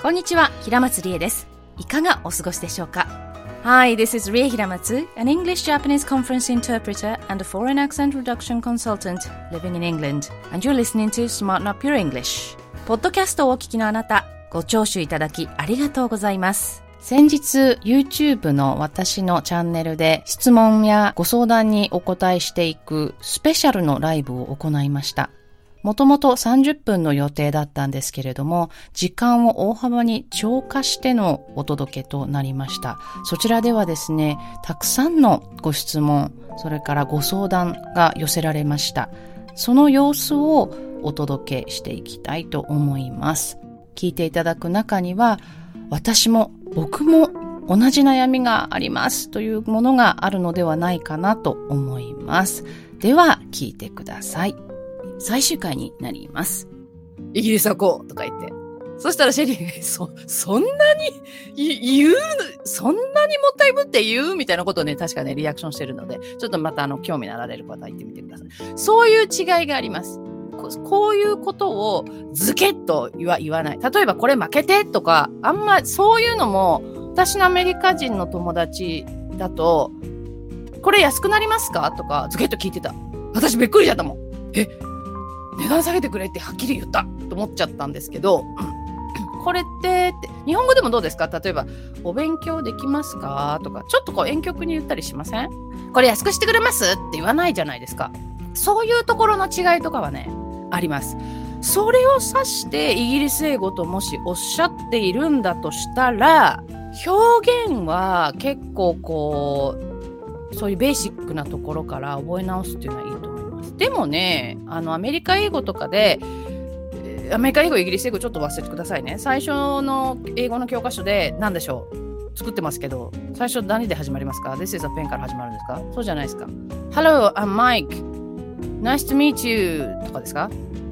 こんにちは、平松理恵です。いかがお過ごしでしょうか？ Hi, this is Rie Hiramatsu, an English-Japanese conference interpreter and a foreign accent reduction consultant living in England. And you're listening to Smarten Up Your English. ポッドキャストをお聞きのあなた、ご聴取いただきありがとうございます。先日 YouTube の私のチャンネルで質問やご相談にお答えしていくスペシャルのライブを行いました。もともと30分の予定だったんですけれども、時間を大幅に超過してのお届けとなりました。そちらではですね、たくさんのご質問、それからご相談が寄せられました。その様子をお届けしていきたいと思います。聞いていただく中には、僕も同じ悩みがありますというものがあるのではないかなと思います。では聞いてください。最終回になります。イギリスはこうとか言って。そしたらシェリーがそんなにそんなにもったいぶって言うみたいなことをね、確かね、リアクションしてるので、ちょっとまた興味のあられる方は言ってみてください。そういう違いがあります。こういうことをズケッと言わない。例えばこれ負けてとか、あんまそういうのも、私のアメリカ人の友達だと、これ安くなりますかとか、ズケッと聞いてた。私びっくりしちゃったもん。値段下げてくれってはっきり言ったと思っちゃったんですけど、これって日本語でもどうですか？例えばお勉強できますかとか、ちょっと婉曲に言ったりしません？これ安くしてくれますって言わないじゃないですか。そういうところの違いとかはね、あります。それを指してイギリス英語ともしおっしゃっているんだとしたら、表現は結構そういうベーシックなところから覚え直すっていうのはいいと思います。でもね、アメリカ英語とかで、アメリカ英語、イギリス英語ちょっと忘れてくださいね。最初の英語の教科書で何でしょう？作ってますけど、最初何で始まりますか？ This is a pen から始まるんですか？そうじゃないですか。Hello, I'm Mike. Nice to meet you とかですか？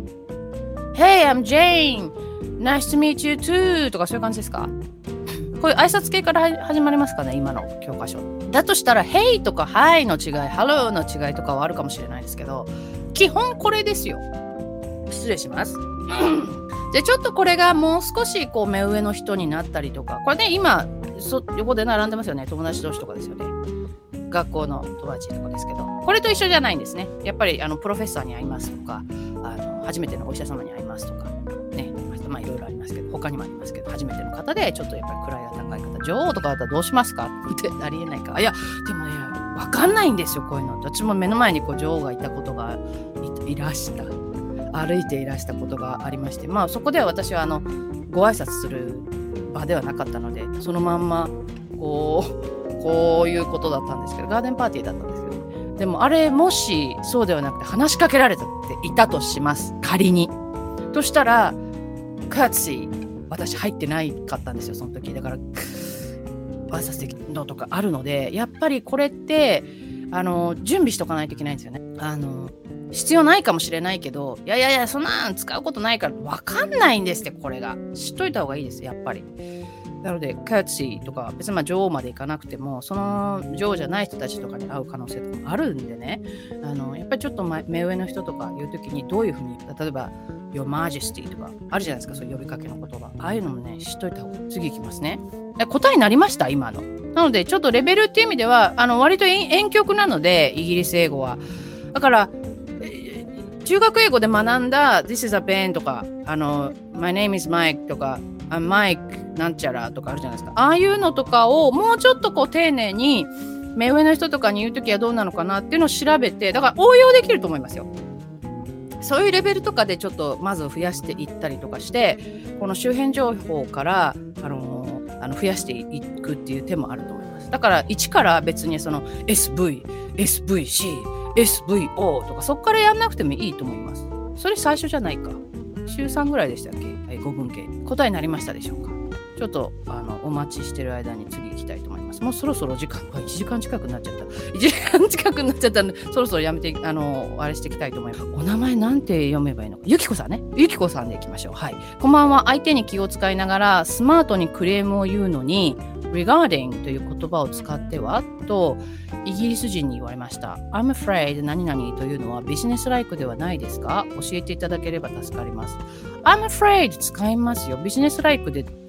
Hey, I'm Jane. Nice to meet you too とかそういう感じですか？こういう挨拶系から始まりますかね、今の教科書。だとしたら Hey とか Hi の違い、Hello の違いとかはあるかもしれないですけど、基本これですよ。失礼します。で、ちょっとこれがもう少し目上の人になったりとか、これね、今横で並んでますよね。友達同士とかですよね。学校の友達とかですけど、これと一緒じゃないんですね。やっぱりプロフェッサーに会いますとか、初めてのお医者様に会いますとかね、まあいろいろありますけど、他にもありますけど、初めての方でちょっとやっぱり位が高い方、女王とかだったらどうしますかってありえないか。いやでもね、わかんないんですよ、こういうの。私も目の前に女王がいたことがいらした、歩いていらしたことがありまして、まあそこでは私はご挨拶する場ではなかったので、そのまんまこういうことだったんですけど、ガーデンパーティーだったんですけど、でもあれもしそうではなくて話しかけられていたとします、仮に。としたらカーツシー、私入ってないかったんですよ、その時。だから挨拶できるのとかあるので、やっぱりこれって準備しとかないといけないんですよね。必要ないかもしれないけど、いやそんなん使うことないから分かんないんですって。これが知っといた方がいいです、やっぱり。なのでカーツシーとか、別に女王までいかなくても、その女王じゃない人たちとかに会う可能性とかあるんでね、やっぱりちょっと目上の人とかいう時にどういうふうに、例えばYour Majesty とかあるじゃないですか、そういう呼びかけの言葉。ああいうのもね、知っといた方が。次いきますね。答えになりました今の。なのでちょっとレベルっていう意味では割と遠曲なので、イギリス英語は。だから中学英語で学んだ This is a pen とかMy name is Mike とかI'm Mike なんちゃらとかあるじゃないですか。ああいうのとかをもうちょっと丁寧に目上の人とかに言うときはどうなのかなっていうのを調べて、だから応用できると思いますよ。そういうレベルとかでちょっとまず増やしていったりとかして、この周辺情報から増やしていくっていう手もあると思います。だから1から別にSV、SVC、SVO とかそこからやんなくてもいいと思います。それ最初じゃないか。週3ぐらいでしたっけ？5分計。答えになりましたでしょうか？ちょっとお待ちしてる間に次行きたいと思います。もうそろそろ時間が1時間近くなっちゃった。1時間近くなっちゃったので、そろそろやめてあれしていきたいと思います。お名前なんて読めばいいのか。ゆきこさんね。ゆきこさんでいきましょう。はい。こんばんは。相手に気を使いながらスマートにクレームを言うのに regarding という言葉を使ってはとイギリス人に言われました。I'm afraid 何々というのはビジネスライクではないですか？教えていただければ助かります。 I'm afraid 使いますよ。ビジネスライク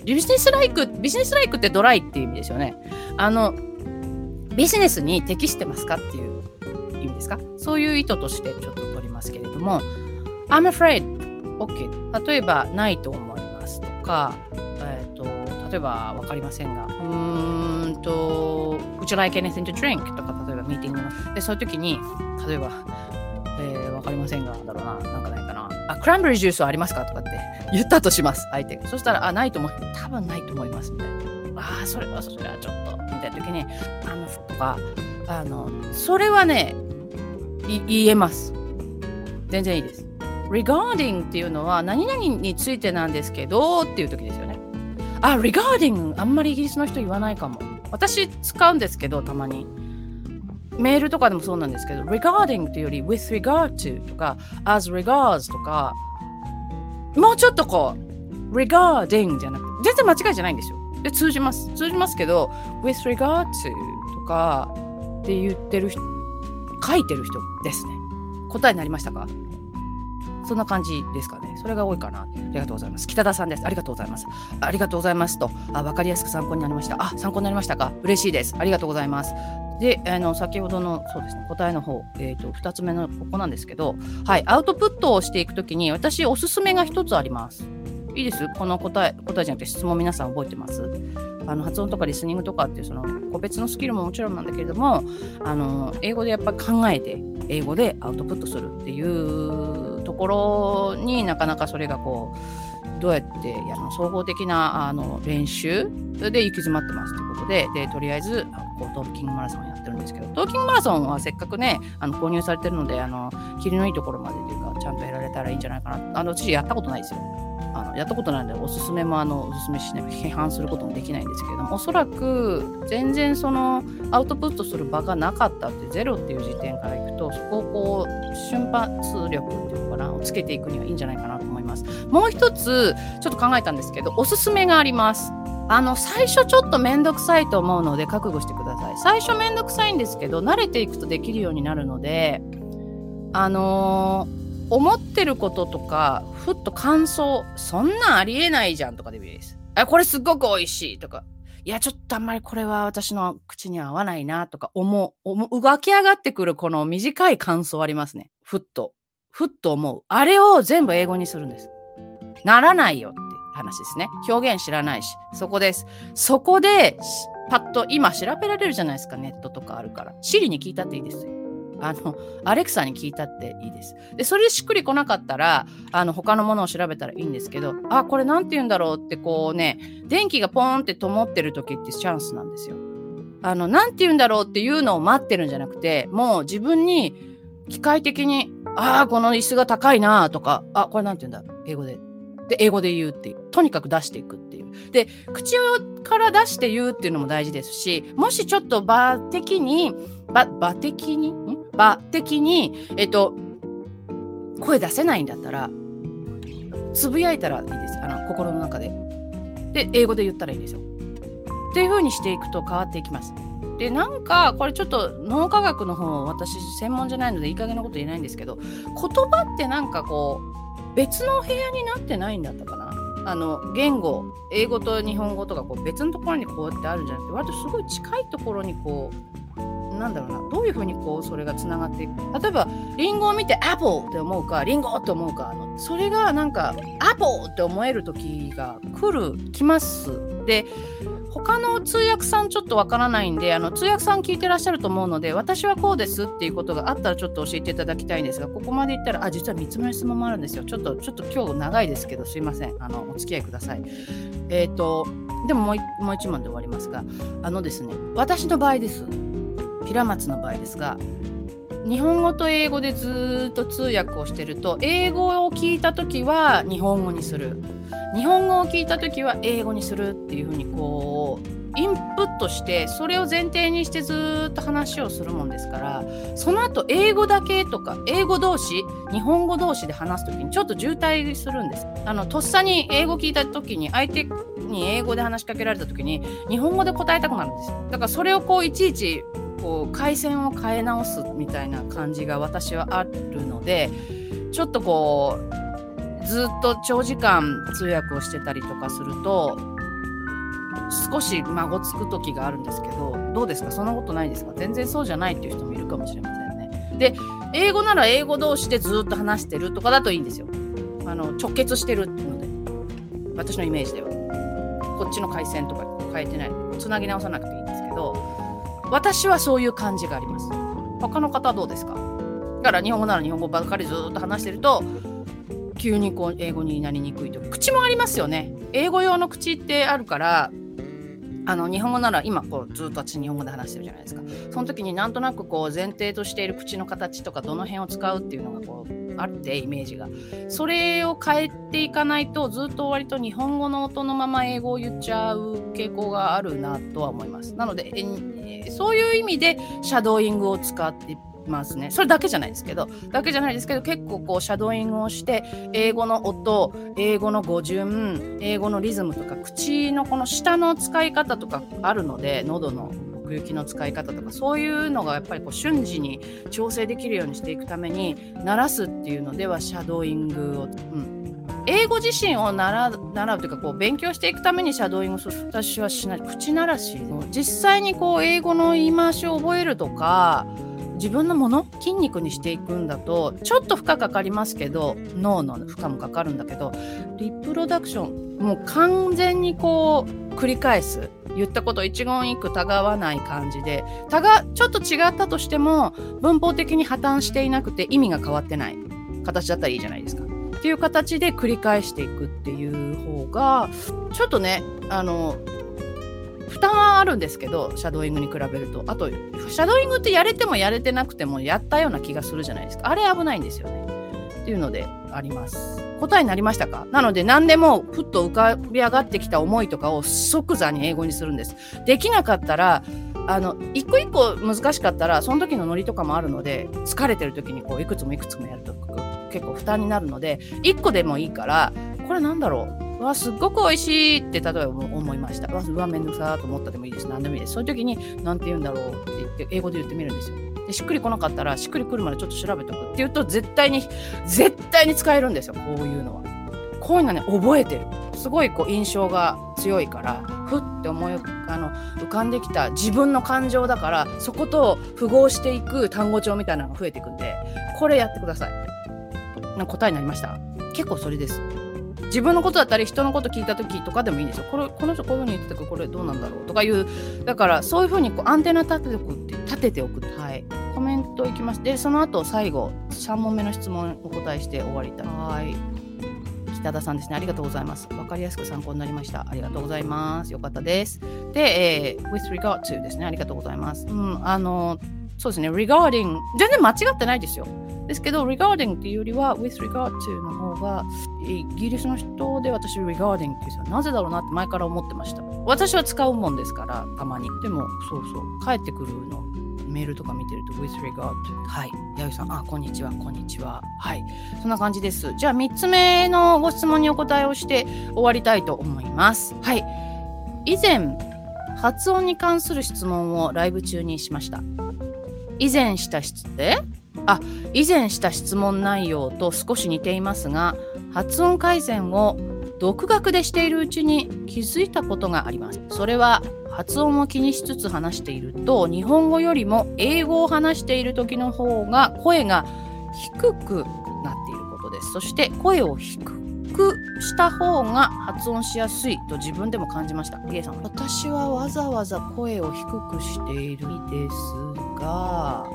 ってドライっていう意味ですよね。ビジネスに適してますかっていう意味ですか？そういう意図としてちょっと取りますけれども、I'm afraid OK。例えばないと思いますとか、例えばわかりませんが、Would you like anything to drink? とか、例えばミーティングので、そういう時に例えば、わかりませんが、なんだろうな、なんかないかな、クランベリージュースはありますかとかって言ったとします、相手が。そしたら、ないと思う、多分ないと思いますみたいな。それはちょっとみたいな時に、とか、それはね、言えます。全然いいです。regarding っていうのは何々についてなんですけどっていう時ですよね。regarding あんまりイギリスの人言わないかも。私使うんですけど、たまにメールとかでもそうなんですけど、regarding っていうより with regard to とか as regards とか、もうちょっとこう regarding じゃなくて、全然間違いじゃないんですよ。で、通じますけど with regard to とかって言ってる人、書いてる人ですね。答えになりましたか？そんな感じですかね。それが多いかな。ありがとうございます。北田さんです。ありがとうございます。ありがとうございますと。わかりやすく参考になりました。参考になりましたか？嬉しいです。ありがとうございます。で、先ほどのそうですね、答えの方、2つ目のここなんですけど、はい、アウトプットをしていくときに私おすすめが1つあります。いいです？この答えじゃなくて質問、皆さん覚えてます？発音とかリスニングとかっていうその個別のスキルももちろんなんだけれども、英語でやっぱり考えて英語でアウトプットするっていうところになかなかそれがこうどうやってやるの、総合的な練習で行き詰まってますということで、とりあえずトーキングマラソンやってるんですけど、トーキングマラソンはせっかくね購入されてるので切りのいいところまでというかちゃんとやられたらいいんじゃないかな。私やったことないですよ。やったことないのでおすすめもおすすめしない批判することもできないんですけれども、おそらく全然そのアウトプットする場がなかったってゼロっていう時点からいくと、そこをこう瞬発力っていうのかなをつけていくにはいいんじゃないかなと思います。もう一つちょっと考えたんですけど、おすすめがあります。最初ちょっとめんどくさいと思うので覚悟してください。最初めんどくさいんですけど慣れていくとできるようになるので、思ってることとかふっと感想、そんなんありえないじゃんとかでもいいです。これすっごく美味しいとか、いやちょっとあんまりこれは私の口に合わないなとか湧き上がってくるこの短い感想ありますね。ふっと思う、あれを全部英語にするんです。ならないよって話ですね。表現知らないし、そこです。そこでパッと今調べられるじゃないですか、ネットとかあるから。シリに聞いたっていいですよ。アレクサに聞いたっていいです。で、それでしっくりこなかったら他のものを調べたらいいんですけど、これなんて言うんだろうってこうね、電気がポーンって灯ってる時ってチャンスなんですよ。なんて言うんだろうっていうのを待ってるんじゃなくて、もう自分に機械的にこの椅子が高いなとか、これなんて言うんだ英語で英語で言うっていう、とにかく出していくっていう。で、口から出して言うっていうのも大事ですし、もしちょっと場的に声出せないんだったらつぶやいたらいいです。心の中で英語で言ったらいいですよっていう風にしていくと変わっていきます。で、なんかこれちょっと脳科学の方、私専門じゃないのでいい加減なこと言えないんですけど、言葉ってなんかこう別の部屋になってないんだったかな。言語、英語と日本語とかこう別のところにこうやってあるんじゃなくて、割とすごい近いところにこうなんだろうな、どういうふうにこうそれがつながっていく。例えばリンゴを見てアップルって思うか、リンゴって思うか、それがなんかアップルって思える時が来ます。で、他の通訳さんちょっとわからないんで、通訳さん聞いてらっしゃると思うので、私はこうですっていうことがあったらちょっと教えていただきたいんですが、ここまで言ったら実は3つ目の質問もあるんですよ。ちょっと今日長いですけどすいません、お付き合いください。でももう一問で終わりますが、ですね、私の場合です、平松の場合ですが、日本語と英語でずっと通訳をしてると、英語を聞いたときは日本語にする、日本語を聞いたときは英語にするっていうふうにこうインプットして、それを前提にしてずっと話をするもんですから、その後英語だけとか英語同士日本語同士で話すときにちょっと渋滞するんです。とっさに英語聞いたときに相手に英語で話しかけられたときに日本語で答えたくなるんですよ。だからそれをこういちいちこう回線を変え直すみたいな感じが私はあるので、ちょっとこうずっと長時間通訳をしてたりとかすると、少し孫つく時があるんですけど、どうですか？そんなことないですか？全然そうじゃないっていう人もいるかもしれませんね。で、英語なら英語同士でずっと話してるとかだといいんですよ。直結してるっていうので、私のイメージでは。こっちの回線とか変えてない。つなぎ直さなくていいんですけど、私はそういう感じがあります。他の方はどうですか？だから日本語なら日本語ばっかりずっと話してると、急にこう英語になりにくいと。口もありますよね。英語用の口ってあるから、日本語なら今こうずっと私日本語で話してるじゃないですか。その時になんとなくこう前提としている口の形とかどの辺を使うっていうのがこうあってイメージが。それを変えていかないとずっと割と日本語の音のまま英語を言っちゃう傾向があるなとは思います。なので、そういう意味でシャドーイングを使ってますね。それだけじゃないですけど、結構こうシャドーイングをして英語の音、英語の語順、英語のリズムとか口のこの下の使い方とかあるので、喉の奥行きの使い方とかそういうのがやっぱりこう瞬時に調整できるようにしていくために慣らすっていうのではシャドーイングを、英語自身を習うというかこう勉強していくためにシャドーイングをする。私はしない。口慣らし。実際にこう英語の言い回しを覚えるとか自分の筋肉にしていくんだとちょっと負荷かかりますけど、脳の負荷もかかるんだけど、リプロダクションもう完全にこう繰り返す。言ったこと一言一句たがわない感じで、ちょっと違ったとしても文法的に破綻していなくて意味が変わってない形だったらいいじゃないですかっていう形で繰り返していくっていう方がちょっとね、負担はあるんですけど、シャドーイングに比べると。あとシャドーイングってやれてもやれてなくてもやったような気がするじゃないですか。あれ危ないんですよねっていうのであります。答えになりましたか？なので何でもふっと浮かび上がってきた思いとかを即座に英語にするんです。できなかったら一個一個難しかったらその時のノリとかもあるので、疲れてる時にこういくつもやると結構負担になるので、一個でもいいからこれなんだろう、わすっごく美味しいって例えば思いました。うわめんどくさーと思ったでもいいです。何でもいいです。そういう時になんて言うんだろうって言って英語で言ってみるんですよ。でしっくりこなかったらしっくりくるまでちょっと調べておくって言うと絶対に使えるんですよ。こういうのはこういうのね覚えてる。すごいこう印象が強いからふって浮かんできた自分の感情だから、そこと符合していく単語帳みたいなのが増えていくんで、これやってください。答えになりました？結構それです。自分のことだったり人のこと聞いた時とかでもいいんですよ。この人こういう風に言ってたけどこれどうなんだろうとかいう、だからそういう風にこうアンテナ立てておく。はい。コメントいきます。でその後最後3問目の質問お答えして終わりたい。はい。北田さんですね。ありがとうございます。わかりやすく参考になりました。ありがとうございます。よかったです。で、with regard to ですね。ありがとうございます。そうですね。regarding 全然間違ってないですよ。ですけど regarding っていうよりは with regard to の方がイギリスの人で私 regarding って言うんですよ。なぜだろうなって前から思ってました。私は使うもんですからたまに。でも帰ってくるのメールとか見てると with regard to。 はい。やゆさん、こんにちは。はい。そんな感じです。じゃあ3つ目のご質問にお答えをして終わりたいと思います。はい。以前発音に関する質問をライブ中にしました。以前した質問内容と少し似ていますが、発音改善を独学でしているうちに気づいたことがあります。それは発音を気にしつつ話していると、日本語よりも英語を話している時の方が声が低くなっていることです。そして声を低くした方が発音しやすいと自分でも感じました。リエさん、私はわざわざ声を低くしているんですが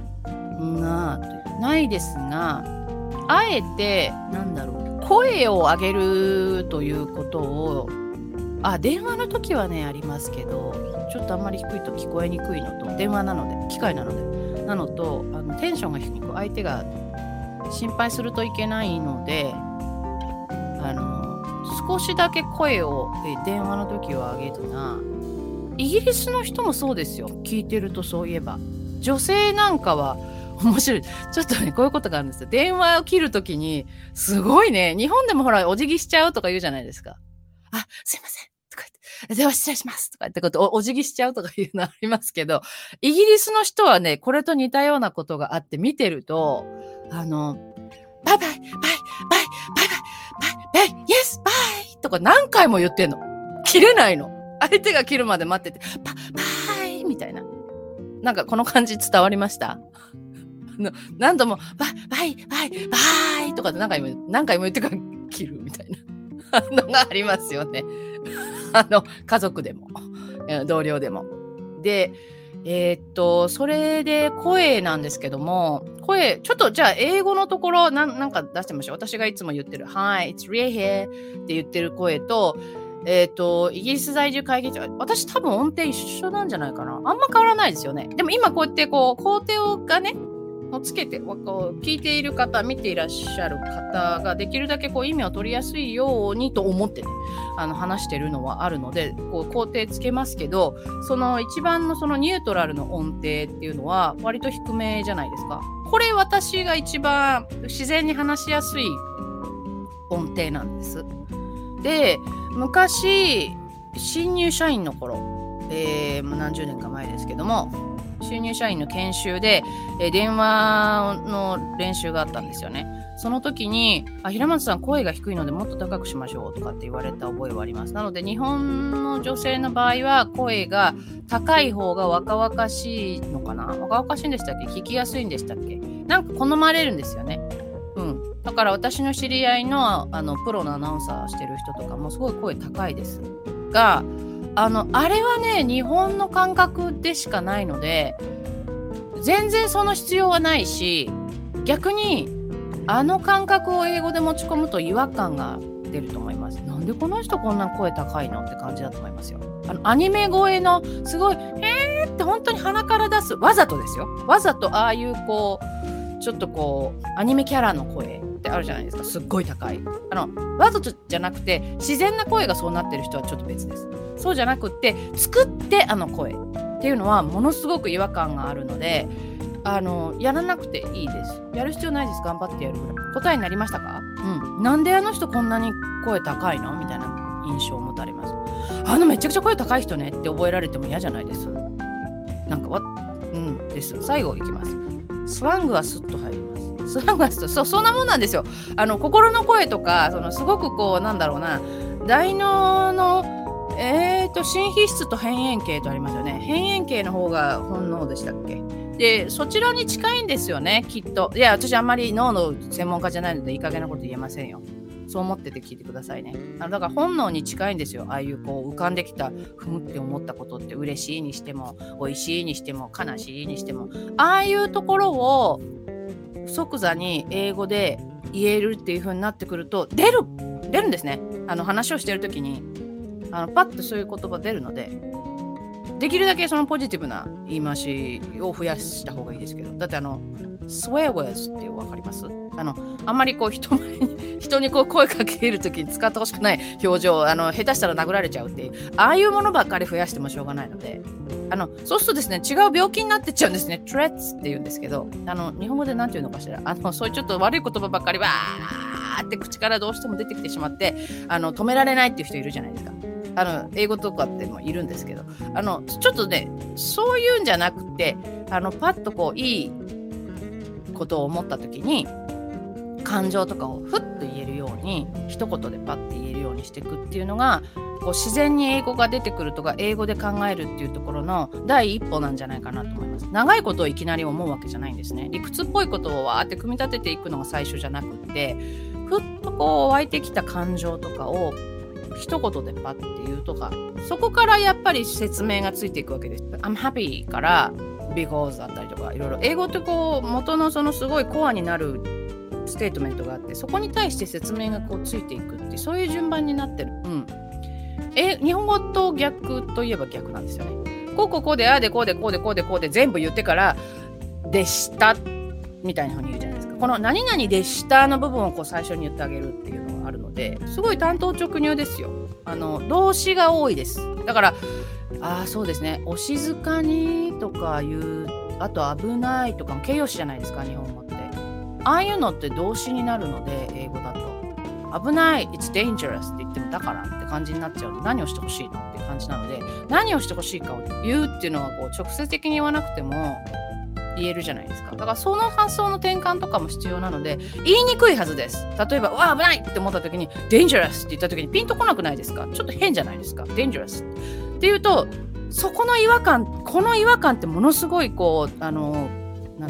ないですが、あえて声を上げるということを電話の時はねありますけど、ちょっとあんまり低いと聞こえにくいのと、電話なので機械なのとテンションが低く相手が心配するといけないので少しだけ声を電話の時は上げるな。イギリスの人もそうですよ。聞いてるとそういえば女性なんかは面白い。ちょっとねこういうことがあるんですよ。電話を切る時にすごいね、日本でもほらお辞儀しちゃうとか言うじゃないですか。すいませんとか言って、電話失礼しますとか言ってことお辞儀しちゃうとかいうのありますけど、イギリスの人はねこれと似たようなことがあって、見てるとバイバイバイバイバイバイ yes, bye とか何回も言ってんの。切れないの。相手が切るまで待ってて、バイみたいな。なんかこの感じ伝わりました？何度も、バイとかで何回も言ってから切るみたいなのがありますよね。家族でも、同僚でも。で、それで声なんですけども、声、ちょっとじゃあ英語のところなんか出してみましょう。私がいつも言ってる、Hi, it's Ria here って言ってる声と、イギリス在住会議長、私多分音程一緒なんじゃないかな。あんま変わらないですよね。でも今こうやって工程がね、つけて聞いている方、見ていらっしゃる方ができるだけ意味を取りやすいようにと思ってね、話してるのはあるので、工程つけますけど、その一番のそのニュートラルの音程っていうのは割と低めじゃないですか。これ私が一番自然に話しやすい音程なんです。で、昔新入社員の頃、何十年か前ですけども、新入社員の研修で、電話の練習があったんですよね。その時に平松さん声が低いのでもっと高くしましょうとかって言われた覚えはあります。なので日本の女性の場合は声が高い方が若々しいのかな。若々しいんでしたっけ？聞きやすいんでしたっけ？なんか好まれるんですよね。だから私の知り合いのプロのアナウンサーしてる人とかもすごい声高いですが、あれはね、日本の感覚でしかないので、全然その必要はないし、逆に感覚を英語で持ち込むと違和感が出ると思います。なんでこの人こんな声高いのって感じだと思いますよ。アニメ声のすごいって本当に鼻から出す、わざとですよ。わざとああいうちょっとアニメキャラの声ってあるじゃないですか。すっごい高い。わざとじゃなくて自然な声がそうなってる人はちょっと別です。そうじゃなくって作って声っていうのはものすごく違和感があるので、やらなくていいです。やる必要ないです。頑張ってやるぐらい。答えになりましたか？なんであの人こんなに声高いのみたいな印象を持たれます。めちゃくちゃ声高い人ねって覚えられても嫌じゃないです。なんかです。最後いきます。スラングはスッと入ります。スラングはスッと、そんなもんなんですよ。心の声とか、すごくなんだろうな、大脳の新皮質と辺縁系とありますよね。辺縁系の方が本能でしたっけ？で、そちらに近いんですよね、きっと。いや、私あんまり脳の専門家じゃないのでいい加減なこと言えませんよ。そう思ってて聞いてくださいね。だから本能に近いんですよ。ああいう浮かんできたふんって思ったことって、嬉しいにしても美味しいにしても悲しいにしても、ああいうところを即座に英語で言えるっていう風になってくると出るんですね。話をしてる時にパッとそういう言葉出るので、できるだけそのポジティブな言い回しを増やした方がいいですけど、だってswear words って分かります？あんまり人に声かけるときに使ってほしくない表情、下手したら殴られちゃうっていう、ああいうものばっかり増やしてもしょうがないので、そうするとですね、違う病気になってっちゃうんですね。Tourette's って言うんですけど、日本語でなんて言うのかしら、そういうちょっと悪い言葉ばっかりわーって口からどうしても出てきてしまって、止められないっていう人いるじゃないですか。英語とかってもいるんですけど、ちょっとね、そういうんじゃなくて、パッといいことを思った時に感情とかをふっと言えるように、一言でパッて言えるようにしていくっていうのが、自然に英語が出てくるとか、英語で考えるっていうところの第一歩なんじゃないかなと思います。長いことをいきなり思うわけじゃないんですね。理屈っぽいことをわーって組み立てていくのが最初じゃなくて、ふっと湧いてきた感情とかを一言でパッて言うとか、そこからやっぱり説明がついていくわけです。I'm happy から because だったりとか、いろいろ英語って元のそのすごいコアになるステートメントがあって、そこに対して説明がついていくって、そういう順番になってる。日本語と逆といえば逆なんですよね。こうでああでこうで全部言ってからでしたみたいな風に言うじゃないですか。この何々でしたの部分を最初に言ってあげるっていうのがあるので、すごい単刀直入ですよ。動詞が多いです。だからそうですね、お静かにとかいう、あと危ないとかも形容詞じゃないですか、日本語って。ああいうのって動詞になるので、英語だと危ない It's dangerous って言ってもだからって感じになっちゃうので、何をしてほしいのって感じなので、何をしてほしいかを言うっていうのは直接的に言わなくても言えるじゃないですか。だからその発想の転換とかも必要なので、言いにくいはずです。例えば、わあ危ないって思った時に dangerous って言った時にピンとこなくないですか？ちょっと変じゃないですか。dangerous っていうと、そこの違和感、この違和感ってものすごいこうなんて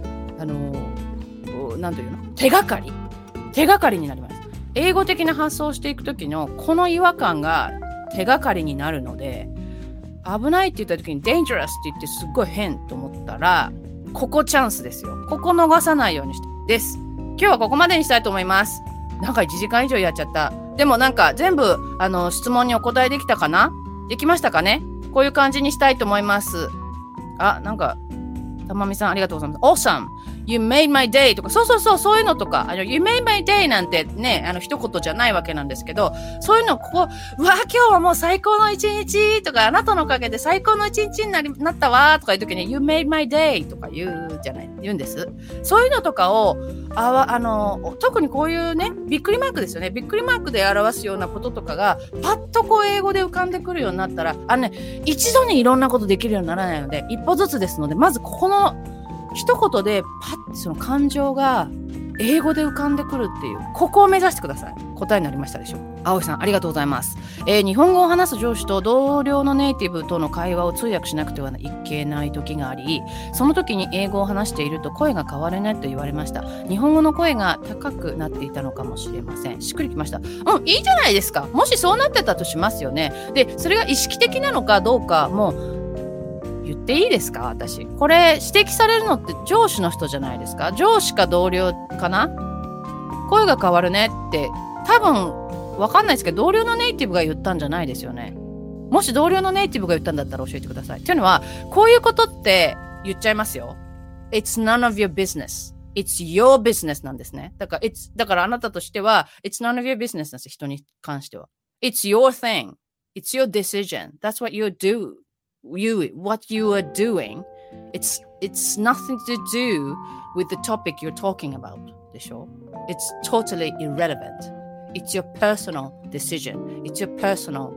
いうの？手がかりになります。英語的な発想をしていく時のこの違和感が手がかりになるので、危ないって言った時に dangerous って言ってすっごい変と思ったら、ここチャンスですよ。ここ逃さないようにしてです。今日はここまでにしたいと思います。なんか1時間以上やっちゃった。でもなんか全部質問にお答えできたかな？できましたかね？こういう感じにしたいと思います。なんかたまみさんありがとうございます。Awesome! You made my day とか、そういうのとか、You made my day なんてね、一言じゃないわけなんですけど、そういうの今日はもう最高の一日とか、あなたのおかげで最高の一日になったわとかいう時に You made my day とか言うんです。そういうのとかを、特にこういうね、びっくりマークですよね。びっくりマークで表すようなこととかが、パッとこう英語で浮かんでくるようになったら、一度にいろんなことできるようにならないので、一歩ずつですので、まずここの一言でパッとその感情が英語で浮かんでくるっていう、ここを目指してください。答えになりましたでしょう？青井さんありがとうございます。日本語を話す上司と同僚のネイティブとの会話を通訳しなくてはいけない時があり、その時に英語を話していると声が変わるねと言われました。日本語の声が高くなっていたのかもしれません。しっくりきました。いいじゃないですか。もしそうなってたとしますよね。でそれが意識的なのかどうかも言っていいですか？私これ指摘されるのって上司の人じゃないですか？上司か同僚かな？声が変わるねって多分わかんないですけど、同僚のネイティブが言ったんじゃないですよね。もし同僚のネイティブが言ったんだったら教えてください。というのはこういうことって言っちゃいますよ。It's none of your business. It's your business なんですね。だからあなたとしては It's none of your business なんです。人に関しては It's your thing. It's your decision. That's what you do.What you are doing, it's nothing to do with the topic you're talking about でしょ？ It's totally irrelevant. It's your personal decision. It's your personal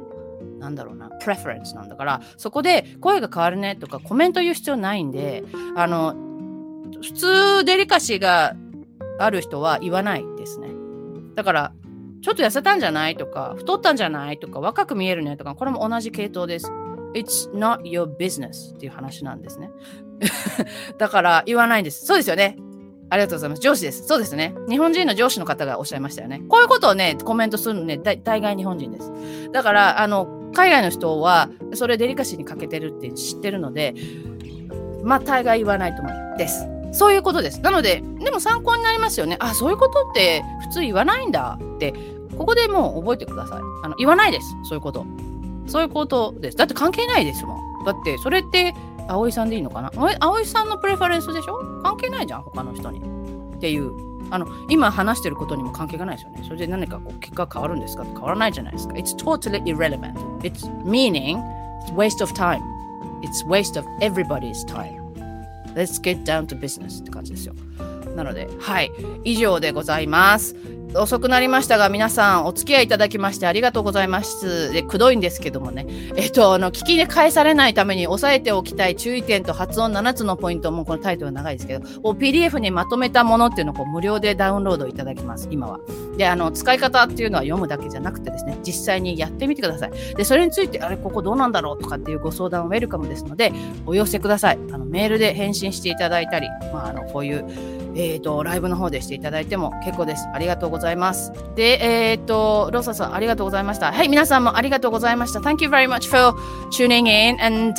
preference なんだから、そこで声が変わるねとかコメント言う必要ないんで、普通デリカシーがある人は言わないですね。だからちょっと痩せたんじゃないとか太ったんじゃないとか若く見えるねとか、これも同じ系統です。It's not your business っていう話なんですね。だから言わないんです。そうですよね。ありがとうございます。上司です。そうですね。日本人の上司の方がおっしゃいましたよね。こういうことをね、コメントするのね、大概日本人です。だから、海外の人は、それデリカシーに欠けてるって知ってるので、大概言わないと思うんです。そういうことです。なので、でも参考になりますよね。そういうことって普通言わないんだって、ここでもう覚えてください。言わないです。そういうこと。そういうことです。だって関係ないですもん。だってそれって葵さんでいいのかな？葵さんのプレファレンスでしょ？関係ないじゃん他の人にっていう、今話してることにも関係がないですよね。それで何か結果変わるんですか？変わらないじゃないですか。It's totally irrelevant. It's meaning it's waste of time. It's waste of everybody's time. Let's get down to business って感じですよ。なので以上でございます。遅くなりましたが皆さんお付き合いいただきましてありがとうございます。でくどいんですけどもね、聞きで返されないために押さえておきたい注意点と発音7つのポイントもこのタイトル長いですけどPDF にまとめたものっていうのを無料でダウンロードいただきます今は。で使い方っていうのは読むだけじゃなくてですね、実際にやってみてください。でそれについてここどうなんだろうとかっていうご相談ウェルカムですのでお寄せください。メールで返信していただいたり、こういうライブの方でしていただいても結構です。ありがとうございます。で、ローサさんありがとうございました。はい、皆さんもありがとうございました。Thank you very much for tuning in and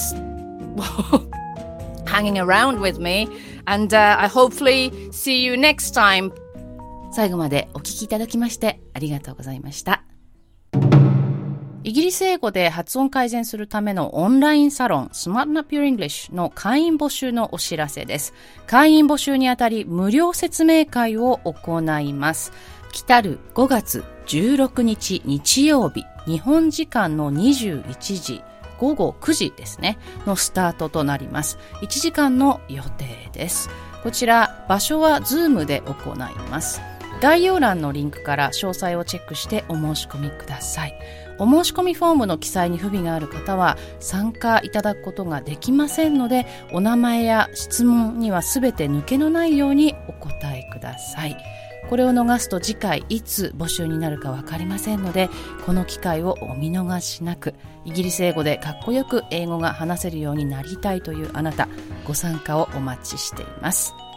hanging around with me. And I hopefully see you next time. 最後までお聞きいただきましてありがとうございました。イギリス英語で発音改善するためのオンラインサロン Smarten Up Your English の会員募集のお知らせです。会員募集にあたり無料説明会を行います。来たる5月16日日曜日、日本時間の21時、午後9時ですね、のスタートとなります。1時間の予定です。こちら場所は Zoom で行います。 概要欄のリンクから詳細をチェックしてお申し込みください。お申し込みフォームの記載に不備がある方は参加いただくことができませんので、お名前や質問にはすべて抜けのないようにお答えください。これを逃すと次回いつ募集になるか分かりませんので、この機会をお見逃しなく。イギリス英語でかっこよく英語が話せるようになりたいというあなた、ご参加をお待ちしています。